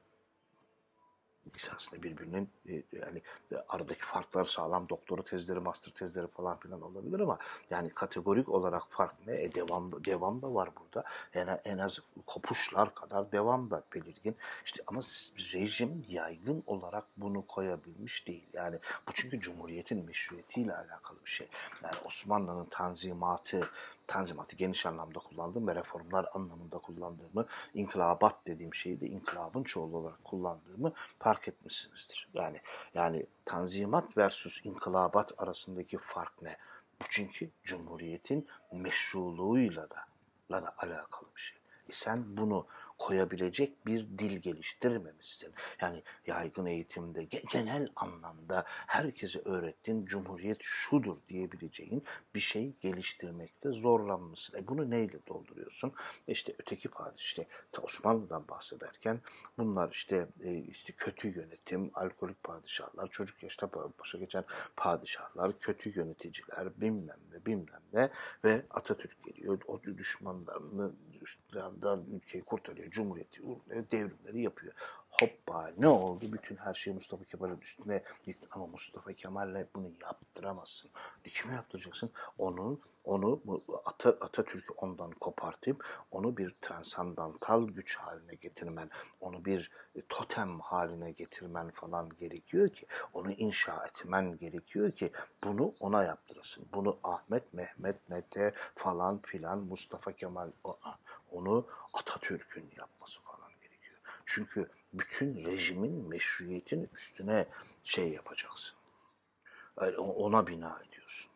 İkisi aslında birbirinin yani aradaki farklar sağlam doktora tezleri, master tezleri falan filan olabilir ama yani kategorik olarak fark ne? Devam da var burada. Yani en az kopuşlar kadar devam da belirgin. İşte ama rejim yaygın olarak bunu koyabilmiş değil. Yani bu çünkü Cumhuriyet'in meşruiyetiyle alakalı bir şey. Yani Osmanlı'nın tanzimatı geniş anlamda kullandığım ve reformlar anlamında kullandığımı, inkılabat dediğim şeyi de inkılabın çoğulu olarak kullandığımı fark etmişsinizdir. Yani tanzimat versus inkılabat arasındaki fark ne? Bu çünkü Cumhuriyet'in meşruluğuyla da alakalı bir şey. Sen bunu koyabilecek bir dil geliştirmemişsin. Yani yaygın eğitimde genel anlamda herkese öğrettiğin Cumhuriyet şudur diyebileceğin bir şey geliştirmekte zorlanmışsın. Bunu neyle dolduruyorsun? İşte öteki padişah, işte Osmanlı'dan bahsederken bunlar işte kötü yönetim, alkolik padişahlar, çocuk yaşta başa geçen padişahlar, kötü yöneticiler, bilmem ne ve Atatürk geliyor. O düşmanlarını ülkeyi kurtarıyor, cumhuriyeti, devrimleri yapıyor. Hoppa ne oldu? Bütün her şeyi Mustafa Kemal'in üstüne yıktı. Ama Mustafa Kemal'le bunu yaptıramazsın. Kime yaptıracaksın? Onu Atatürk'ü ondan kopartıp onu bir transandantal güç haline getirmen, onu bir totem haline getirmen falan gerekiyor ki, onu inşa etmen gerekiyor ki bunu ona yaptırasın. Bunu Ahmet, Mehmet, Mete falan filan Mustafa Kemal onu Atatürk'ün yapması falan gerekiyor. Çünkü bütün rejimin, meşruiyetin üstüne şey yapacaksın. Ona bina ediyorsun.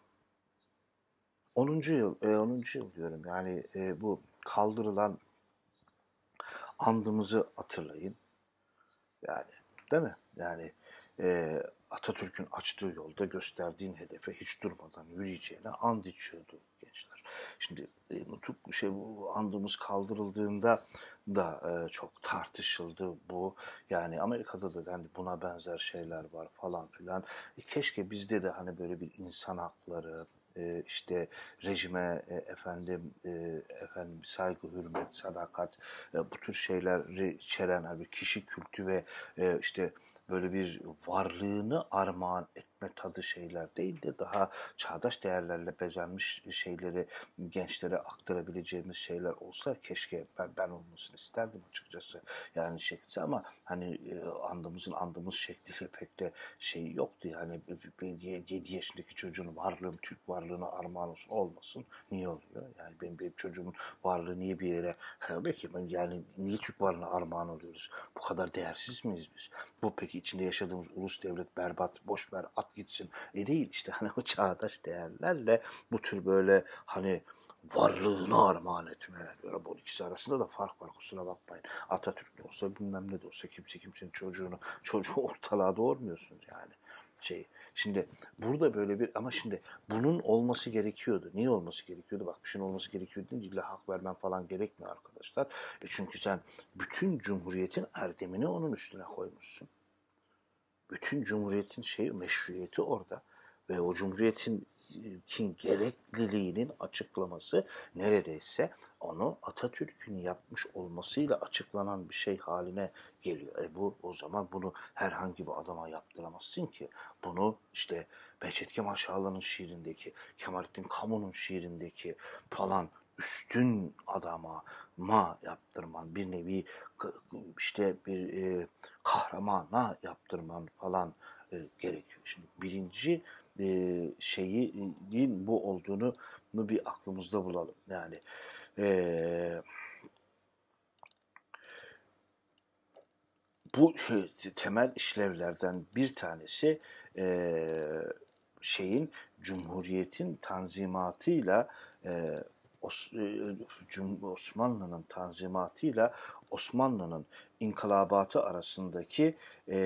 10. yıl diyorum. Yani bu kaldırılan andımızı hatırlayın. Yani değil mi? Yani Atatürk'ün açtığı yolda gösterdiğin hedefe hiç durmadan yürüyeceğine and içiyordu gençler. Şimdi bu andımız kaldırıldığında da çok tartışıldı bu. Yani Amerika'da da yani buna benzer şeyler var falan filan. Keşke bizde de hani böyle bir insan hakları, işte rejime efendim saygı, hürmet, sadakat, bu tür şeyleri içeren bir kişi kültü ve işte böyle bir varlığını armağan etme tadı şeyler değil de daha çağdaş değerlerle bezenmiş şeyleri gençlere aktarabileceğimiz şeyler olsa keşke ben olmasını isterdim açıkçası. Yani şekilde ama hani andığımız şekliyle pek de şey yoktu. Yani 7 yaşındaki çocuğun varlığım Türk varlığına armağan olmasın. Niye oluyor? Yani benim çocuğumun varlığı niye bir yere ki yani niye Türk varlığına armağan oluyoruz? Bu kadar değersiz miyiz biz? Bu peki içinde yaşadığımız ulus devlet berbat, boş ver, at gitsin. Değil işte hani o çağdaş değerlerle bu tür böyle hani varlığını armağan etme. Bu ikisi arasında da fark var, kusura bakmayın. Atatürk de olsa bilmem ne de olsa kimsenin çocuğu ortalığa doğurmuyorsunuz yani. Şimdi burada böyle bir ama şimdi bunun olması gerekiyordu. Niye olması gerekiyordu? Bak bir şeyin olması gerekiyordu deyince illa hak vermen falan gerekmiyor arkadaşlar. Çünkü sen bütün Cumhuriyet'in erdemini onun üstüne koymuşsun. Bütün Cumhuriyet'in meşruiyeti orada ve o Cumhuriyet'in gerekliliğinin açıklaması neredeyse onu Atatürk'ün yapmış olmasıyla açıklanan bir şey haline geliyor. Bu o zaman bunu herhangi bir adama yaptıramazsın ki. Bunu işte Behçet Kemal Şahra'nın şiirindeki, Kemalettin Kamun'un şiirindeki falan üstün adama yaptırman, bir nevi işte bir kahramana yaptırman falan gerekiyor. Şimdi birinci şeyin bu olduğunu bir aklımızda bulalım. Yani bu temel işlevlerden bir tanesi şeyin Cumhuriyet'in tanzimatıyla Osmanlı'nın tanzimatıyla Osmanlı'nın inkılabatı arasındaki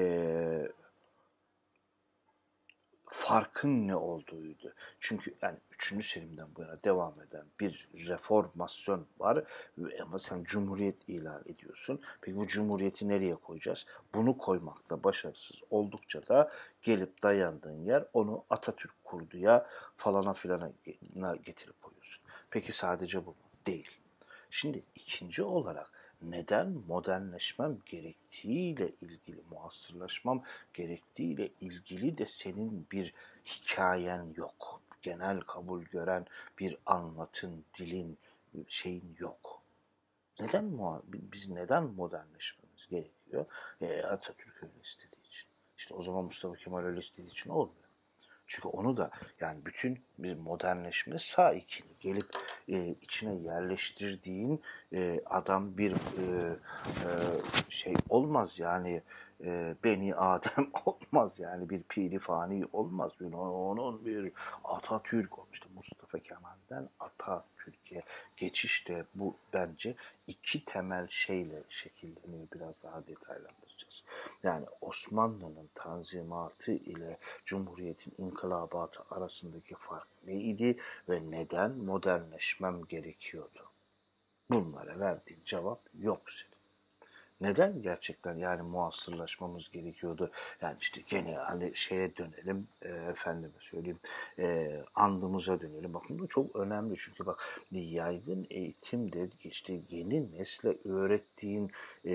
farkın ne olduğuydu. Çünkü yani 3. Selim'den bu yana devam eden bir reformasyon var ama sen cumhuriyet ilan ediyorsun. Peki bu cumhuriyeti nereye koyacağız? Bunu koymakta başarısız oldukça da gelip dayandığın yer onu Atatürk kurduya falana filana getirip koyuyorsun. Peki sadece bu mu? Değil. Şimdi ikinci olarak neden modernleşmem gerektiğiyle ilgili, muasırlaşmam gerektiğiyle ilgili de senin bir hikayen yok. Genel kabul gören bir anlatın, dilin, şeyin yok. Biz neden modernleşmemiz gerekiyor? Atatürk öyle istediği için. İşte o zaman Mustafa Kemal öyle istediği için olmuyor. Çünkü onu da yani bütün bir modernleşme sağ ikili gelip içine yerleştirdiğin adam bir şey olmaz yani Beni Adem olmaz yani bir piri fani olmaz. Onun bir Atatürk işte Mustafa Kemal'den Atatürk'e geçiş de bu bence iki temel şeyle şekilleniyor. Biraz daha detaylandıracağız. Yani Osmanlı'nın tanzimatı ile Cumhuriyet'in inkılabatı arasındaki fark neydi ve neden modernleşmem gerekiyordu? Bunlara verdiğin cevap yok senin. Neden gerçekten yani muasırlaşmamız gerekiyordu? Yani işte gene hani şeye dönelim, efendime söyleyeyim, andımıza dönelim. Bakın bu çok önemli çünkü bak yaygın eğitimde işte yeni nesle öğrettiğin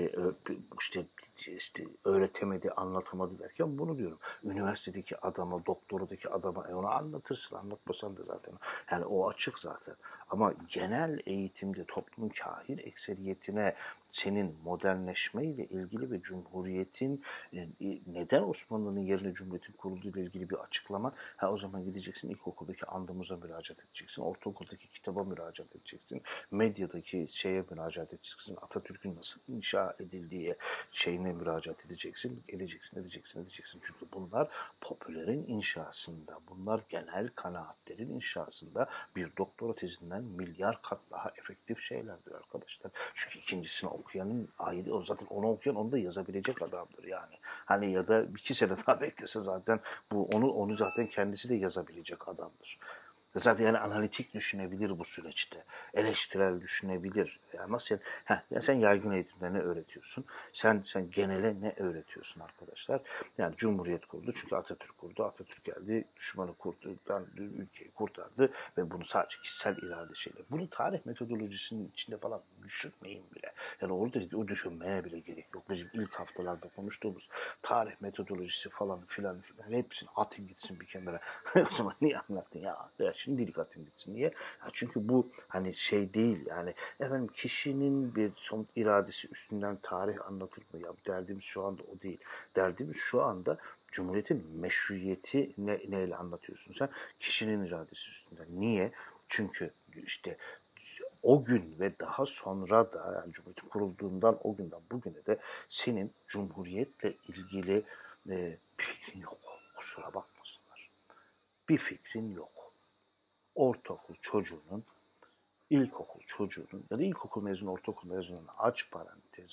işte öğretemedi, anlatamadı derken bunu diyorum. Üniversitedeki adama, doktoradaki adama onu anlatırsın, anlatmasan da zaten. Yani o açık zaten. Ama genel eğitimde toplumun kahir ekseriyetine senin modernleşmeyle ilgili ve Cumhuriyet'in neden Osmanlı'nın yerine Cumhuriyet'in kurulduğu ile ilgili bir açıklama. O zaman gideceksin ilkokuldaki andımıza müracaat edeceksin. Ortaokuldaki kitaba müracaat edeceksin. Medyadaki şeye müracaat edeceksin. Atatürk'ün nasıl inşa edildiği şeyine müracaat edeceksin. Edeceksin. Çünkü bunlar popülerin inşasında, bunlar genel kanaatlerin inşasında bir doktora tezinden milyar kat daha efektif şeylerdir arkadaşlar. Çünkü ikincisini okuyanın ayrı, o zaten onu okuyan onu da yazabilecek adamdır yani. Hani ya da 2 sene daha beklese zaten onu zaten kendisi de yazabilecek adamdır. Zaten yani analitik düşünebilir bu süreçte. Eleştirel düşünebilir. Ama sen yaygın eğitimde ne öğretiyorsun? Sen genele ne öğretiyorsun arkadaşlar? Yani Cumhuriyet kurdu çünkü Atatürk kurdu. Atatürk geldi, düşmanı kurtardı, ülkeyi kurtardı ve bunu sadece kişisel irade şeyle. Bunu tarih metodolojisinin içinde falan düşünmeyin bile. Yani orada o düşünmeye bile gerek yok. Bizim ilk haftalarda konuştuğumuz tarih metodolojisi falan filan hepsini atın gitsin bir kenara. O zaman niye anlattın ya? Şimdilik atın gitsin. Niye? Çünkü bu hani şey değil yani efendim kişinin bir somut iradesi üstünden tarih anlatır mı? Ya derdimiz şu anda o değil. Derdimiz şu anda Cumhuriyet'in meşruiyeti neyle anlatıyorsun sen? Kişinin iradesi üstünden. Niye? Çünkü işte o gün ve daha sonra da yani Cumhuriyet kurulduğundan o günden bugüne de senin Cumhuriyet'le ilgili fikrin yok. Kusura bakmasınlar. Bir fikrin yok. Ortaokul çocuğunun, ilkokul çocuğunun ya da ilkokul mezunu, ortaokul mezununa aç parantez.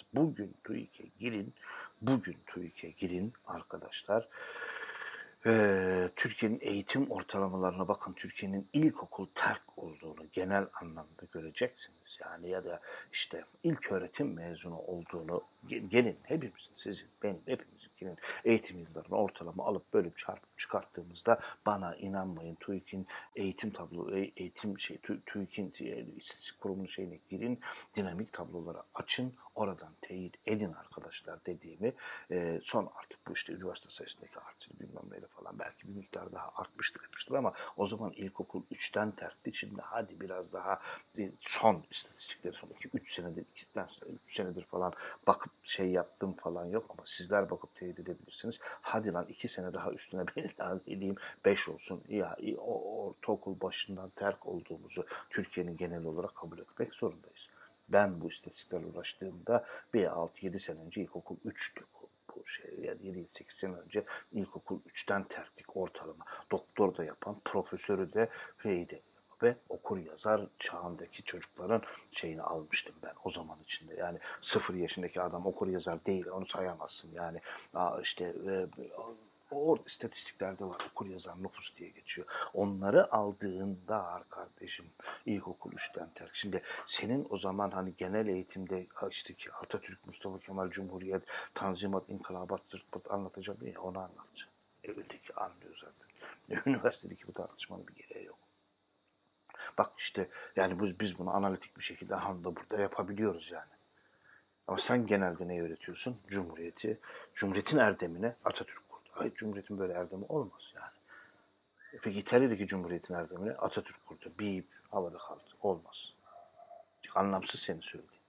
Bugün TÜİK'e girin arkadaşlar. Türkiye'nin eğitim ortalamalarına bakın. Türkiye'nin ilkokul terk olduğunu genel anlamda göreceksiniz. Yani ya da işte ilköğretim mezunu olduğunu gelin hepimizin, sizin, benim, hepimizin yaşındakinin eğitim yıllarını ortalama alıp bölüp çarpıp çıkarttığımızda bana inanmayın, TÜİK'in eğitim tablo, TÜİK'in istatistik kurumunun şeyine girin, dinamik tabloları açın, oradan teyit edin arkadaşlar dediğimi. Son artık bu işte üniversite sayısındaki artışı bilmem neyle falan belki bir miktar daha artmıştır ama o zaman ilkokul 3'ten terkti. Şimdi hadi biraz daha son istatistikleri son 2-3 senedir 3 senedir falan bakıp şey yaptım falan yok ama sizler bakıp teyit edebilirsiniz. Hadi lan 2 sene daha üstüne bir daha edeyim 5 olsun. Ya o ortaokul başından terk olduğumuzu Türkiye'nin genel olarak kabul etmek zorundayız. Ben bu istatistiklerle uğraştığımda bir 6-7 sene önce ilkokul 3'tü bu şey. Yani 7-8 sene önce ilkokul 3'ten terktik ortalama. Doktor da yapan, profesörü de şeydi ve okur yazar çağındaki çocukların şeyini almıştım ben o zaman içinde. Yani 0 yaşındaki adam okur yazar değil, onu sayamazsın. Yani işte o istatistiklerde var, okur yazar nüfus diye geçiyor. Onları aldığında kardeşim ilkokul 3'ten terk. Şimdi senin o zaman hani genel eğitimde işte ki Atatürk, Mustafa Kemal, Cumhuriyet, Tanzimat, İnkılabat, Zırt anlatacağım ya onu anlatacağım. Öteki anlıyor zaten. Üniversitedeki bu tartışmanın bir gereği yok. Bak işte yani biz bunu analitik bir şekilde da burada yapabiliyoruz yani. Ama sen genelde neyi öğretiyorsun? Cumhuriyeti, Cumhuriyetin erdemine Atatürk kurdu. Hayır, Cumhuriyetin böyle erdemi olmaz yani. Peki İtalya'daki Cumhuriyetin erdemine Atatürk kurdu. Bir havada kaldı. Olmaz. Anlamsız senin söylediğin.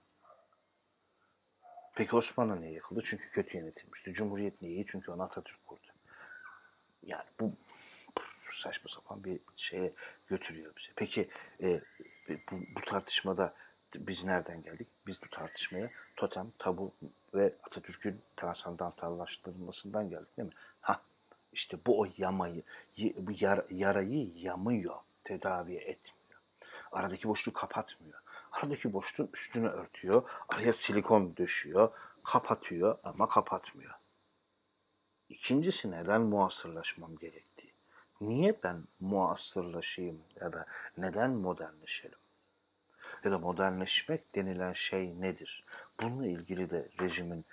Peki Osmanlı niye yıkıldı? Çünkü kötü yönetilmişti. Cumhuriyet niye iyi? Çünkü onu Atatürk kurdu. Yani bu saçma sapan bir şeye götürüyor bizi. Peki bu tartışmada biz nereden geldik? Biz bu tartışmaya totem, tabu ve Atatürk'ün transandantallaştırılmasından geldik değil mi? İşte bu o yarayı yamıyor, tedavi etmiyor. Aradaki boşluğu kapatmıyor. Aradaki boşluğun üstünü örtüyor, araya silikon döşüyor, kapatıyor ama kapatmıyor. İkincisi neden muasırlaşmam gerektiği. Niye ben muasırlaşayım ya da neden modernleşelim? Ya da modernleşmek denilen şey nedir? Bununla ilgili de rejimin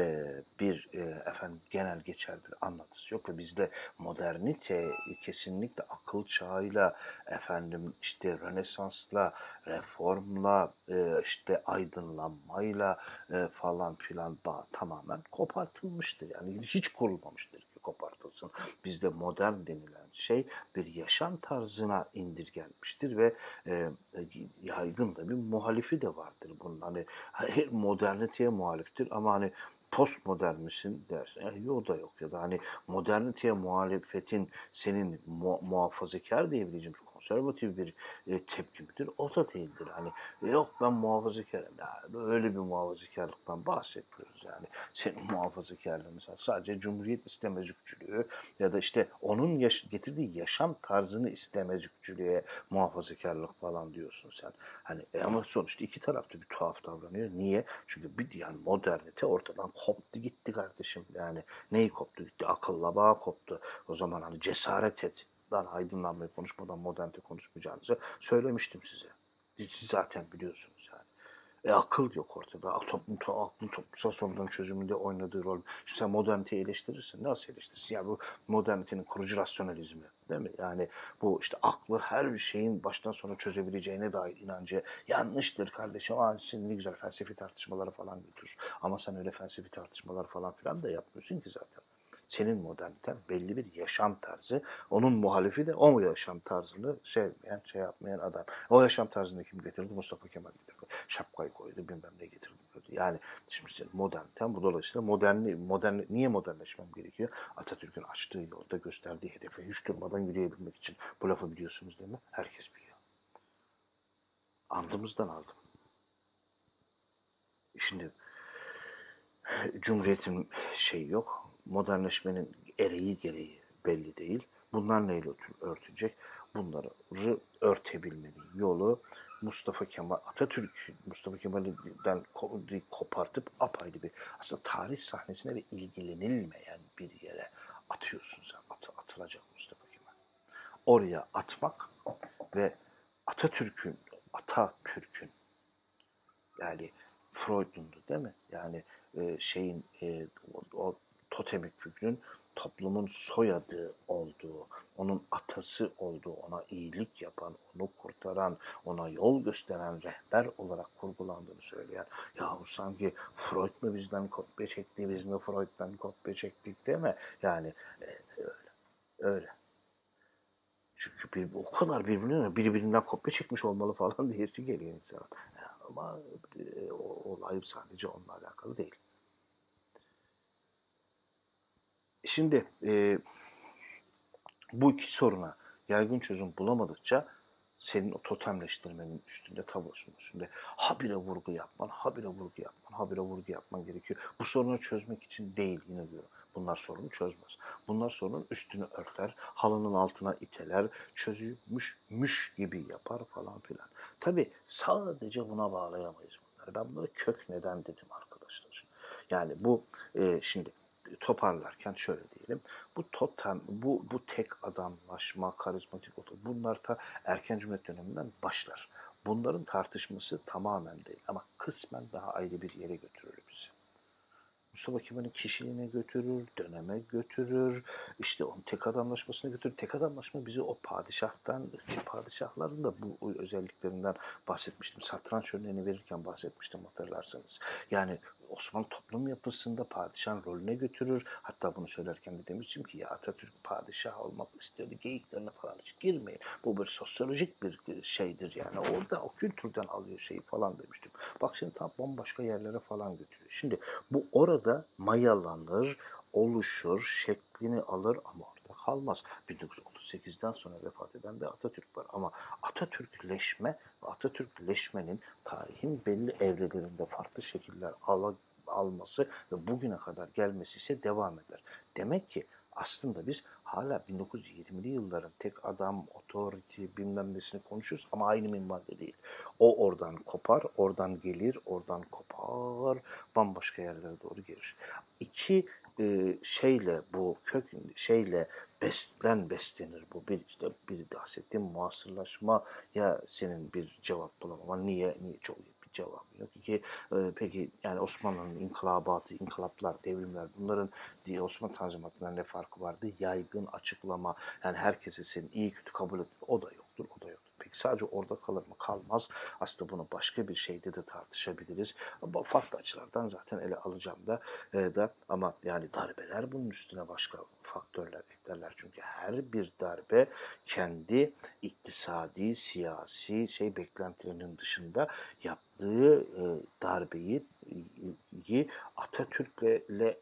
genel geçer bir anlatısı yok ve bizde modernite kesinlikle akıl çağıyla işte Rönesans'la, reformla, işte aydınlanmayla falan filan tamamen kopartılmıştır. Yani hiç kurulmamıştır ki kopartılsın. Bizde modern denilen şey bir yaşam tarzına indirgenmiştir ve yaygın da bir muhalifi de vardır bunun. Hani moderniteye muhaliftir ama hani postmodern misin dersin. Yani o da yok ya da hani moderniteye muhalefetin senin muhafazakar diyebileceğimiz konservatif bir tepki midir? O da değildir. Hani yok ben muhafazakarım. Yani öyle bir muhafazakarlıktan bahsetmiyoruz yani. Senin muhafazakarlığın mesela sadece cumhuriyet istemezlikçülüğü ya da işte onun getirdiği yaşam tarzını istemezlikçülüğe muhafazakarlık falan diyorsun sen. Hani ama sonuçta iki tarafta bir tuhaf davranıyor. Niye? Çünkü bir yani modernite ortadan koptu gitti kardeşim. Yani neyi koptu gitti? Akılla bağ koptu. O zaman hani cesaret et. Daha aydınlanmayı konuşmadan modernite konuşmayacağınızı söylemiştim size. Siz zaten biliyorsunuz yani. Akıl yok ortada. Aklın toplumsal sorunların çözümünde oynadığı rol. Şimdi sen moderniteyi eleştirirsin. Nasıl eleştirirsin? Ya bu modernitenin kurucu rasyonalizmi. Değil mi? Yani bu işte aklı her bir şeyin baştan sona çözebileceğine dair inancı yanlıştır kardeşim. Şimdi ne güzel felsefi tartışmalara falan götürür. Ama sen öyle felsefi tartışmalar falan filan da yapmıyorsun ki zaten. Senin moderniten belli bir yaşam tarzı. Onun muhalifi de o yaşam tarzını sevmeyen, şey yapmayan adam. O yaşam tarzını kim getirdi? Mustafa Kemal getirdi. Şapkayı koydu, bilmem ne getirdi. Yani şimdi senin moderniten bu dolayısıyla niye modernleşmem gerekiyor? Atatürk'ün açtığı yolda gösterdiği hedefe hiç durmadan yürüyebilmek için. Bu lafı biliyorsunuz değil mi? Herkes biliyor. Andımızdan aldım. Şimdi Cumhuriyet'in şeyi yok. Modernleşmenin ereği gereği belli değil. Bunlar neyle örtülecek? Bunları örtebilmenin yolu Mustafa Kemal'den kopartıp apayrı bir aslında tarih sahnesine ve ilgilenilmeyen bir yere atıyorsun sen. Atılacak Mustafa Kemal. Oraya atmak ve Atatürk'ün yani Freud'undu değil mi? Yani o totemik figürün toplumun soyadı olduğu, onun atası olduğu, ona iyilik yapan, onu kurtaran, ona yol gösteren rehber olarak kurgulandığını söyleyen, yahu sanki Freud mu bizden kopya çekti, biz mi Freud'dan kopya çektik değil mi? Yani öyle. Çünkü o kadar birbirinden kopya çekmiş olmalı falan diyesi geliyor insana. Ama olay sadece onunla alakalı değil. Şimdi bu iki soruna yaygın çözüm bulamadıkça senin o totemleştirmenin üstünde, tablosунun üstünde habire vurgu yapman, habire vurgu yapman, habire vurgu yapman gerekiyor. Bu sorunu çözmek için değil, yine diyorum. Bunlar sorunu çözmez. Bunlar sorunun üstünü örter, halının altına iteler, çözülmüş gibi yapar falan filan. Tabii sadece buna bağlayamayız bunları. Ben bunlara kök neden dedim arkadaşlar. Yani bu şimdi toparlarken şöyle diyelim. Bu tek adamlaşma, karizmatik otor, bunlar da erken Cumhuriyet döneminden başlar. Bunların tartışması tamamen değil ama kısmen daha ayrı bir yere götürür bizi. Mustafa Kemal'in kişiliğine götürür, döneme götürür, işte onun tek adamlaşmasına götürür. Tek adamlaşma bizi o padişahların da bu özelliklerinden bahsetmiştim. Satranç örneğini verirken bahsetmiştim hatırlarsanız. Yani Osmanlı toplum yapısında padişahın rolüne götürür. Hatta bunu söylerken de demiştim ki ya Atatürk padişah olmak istiyordu. Geyiklerine falan hiç girmeyin. Bu bir sosyolojik bir şeydir yani. Orada o kültürden alıyor şeyi falan demiştim. Bak şimdi tam bambaşka yerlere falan götürüyor. Şimdi bu orada mayalanır, oluşur, şeklini alır ama orada kalmaz. 1938'den sonra vefat eden bir Atatürk var ama Atatürkleşme ve Atatürkleşmenin tarihin belli evrelerinde farklı şekiller alması ve bugüne kadar gelmesi ise devam eder. Demek ki aslında biz hala 1920'li yılların tek adam, otorite bilmem nesini konuşuyoruz ama aynı minvalde değil. O oradan kopar, oradan gelir, oradan kopar, bambaşka yerlere doğru gelir. İki şeyle bu kök şeyle beslenir bu. Bir işte bir bahsettiğim muasırlaşma ya senin bir cevap bulamaman. Niye çok bir cevap yok ki peki yani Osmanlı'nın inkılabatı, inkılaplar, devrimler bunların Osmanlı Tanzimatı'ndan ne farkı vardı? Yaygın açıklama yani herkesi senin iyi kötü kabul et. O da yoktur, o da yoktur. Peki sadece orada kalır mı? Kalmaz. Aslında bunu başka bir şeyde de tartışabiliriz. Ama farklı açılardan zaten ele alacağım da ama yani darbeler bunun üstüne başka faktörler eklerler. Çünkü her bir darbe kendi iktisadi, siyasi beklentilerinin dışında yaptığı darbeyi Atatürk'le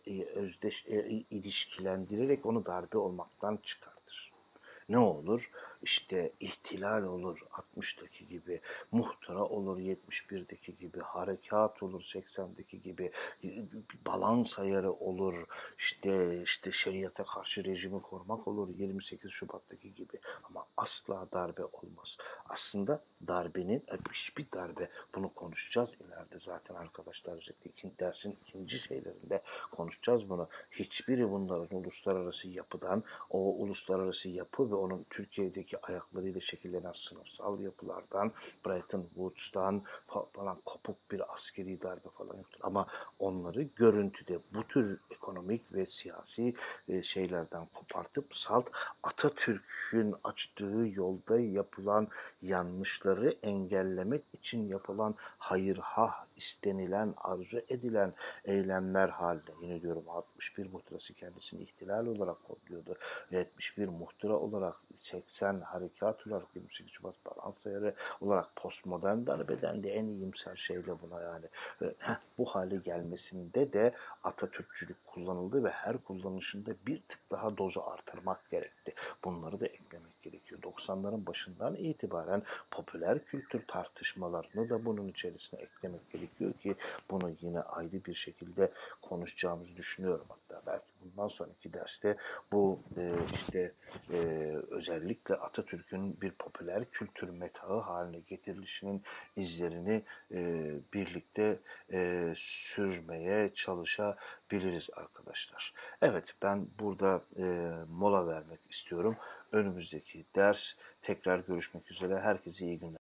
ilişkilendirerek onu darbe olmaktan çıkartır. Ne olur? İşte ihtilal olur 60'daki gibi, muhtıra olur 71'deki gibi, harekat olur 80'deki gibi, balans ayarı olur, işte şeriata karşı rejimi korumak olur 28 Şubat'taki gibi ama asla darbe olmaz. Aslında darbenin, hiçbir darbe, bunu konuşacağız ileride zaten arkadaşlar, özellikle dersin ikinci şeylerinde konuşacağız bunu. Hiçbiri bunların uluslararası yapıdan, o uluslararası yapı ve onun Türkiye'deki ayaklarıyla şekillenen sınıfsal yapılardan, Bretton Woods'tan falan kopuk bir askeri darbe falan yoktur. Ama onları görüntüde bu tür ekonomik ve siyasi şeylerden kopartıp salt Atatürk'ün açtığı yolda yapılan yanlışları engellemek için yapılan hayırhah istenilen, arzu edilen eylemler haline. Yine diyorum 61 muhtırası kendisini ihtilal olarak kodluyordu. 71 muhtıra olarak 80 harekat olarak 28 Şubat balans ayarı olarak postmodern darbeden de en iyimser şeyle buna yani. Bu hale gelmesinde de Atatürkçülük kullanıldı ve her kullanışında bir tık daha dozu artırmak gerekti. Bunları da eklemek gerekiyor. 90'ların başından itibaren popüler kültür tartışmalarını da bunun içerisine eklemek gerekiyor ki bunu yine ayrı bir şekilde konuşacağımızı düşünüyorum. Hatta belki bundan sonraki derste bu özellikle Atatürk'ün bir popüler kültür metağı haline getirilişinin izlerini birlikte sürmeye çalışabiliriz arkadaşlar. Evet, ben burada mola vermek istiyorum. Önümüzdeki ders tekrar görüşmek üzere. Herkese iyi günler.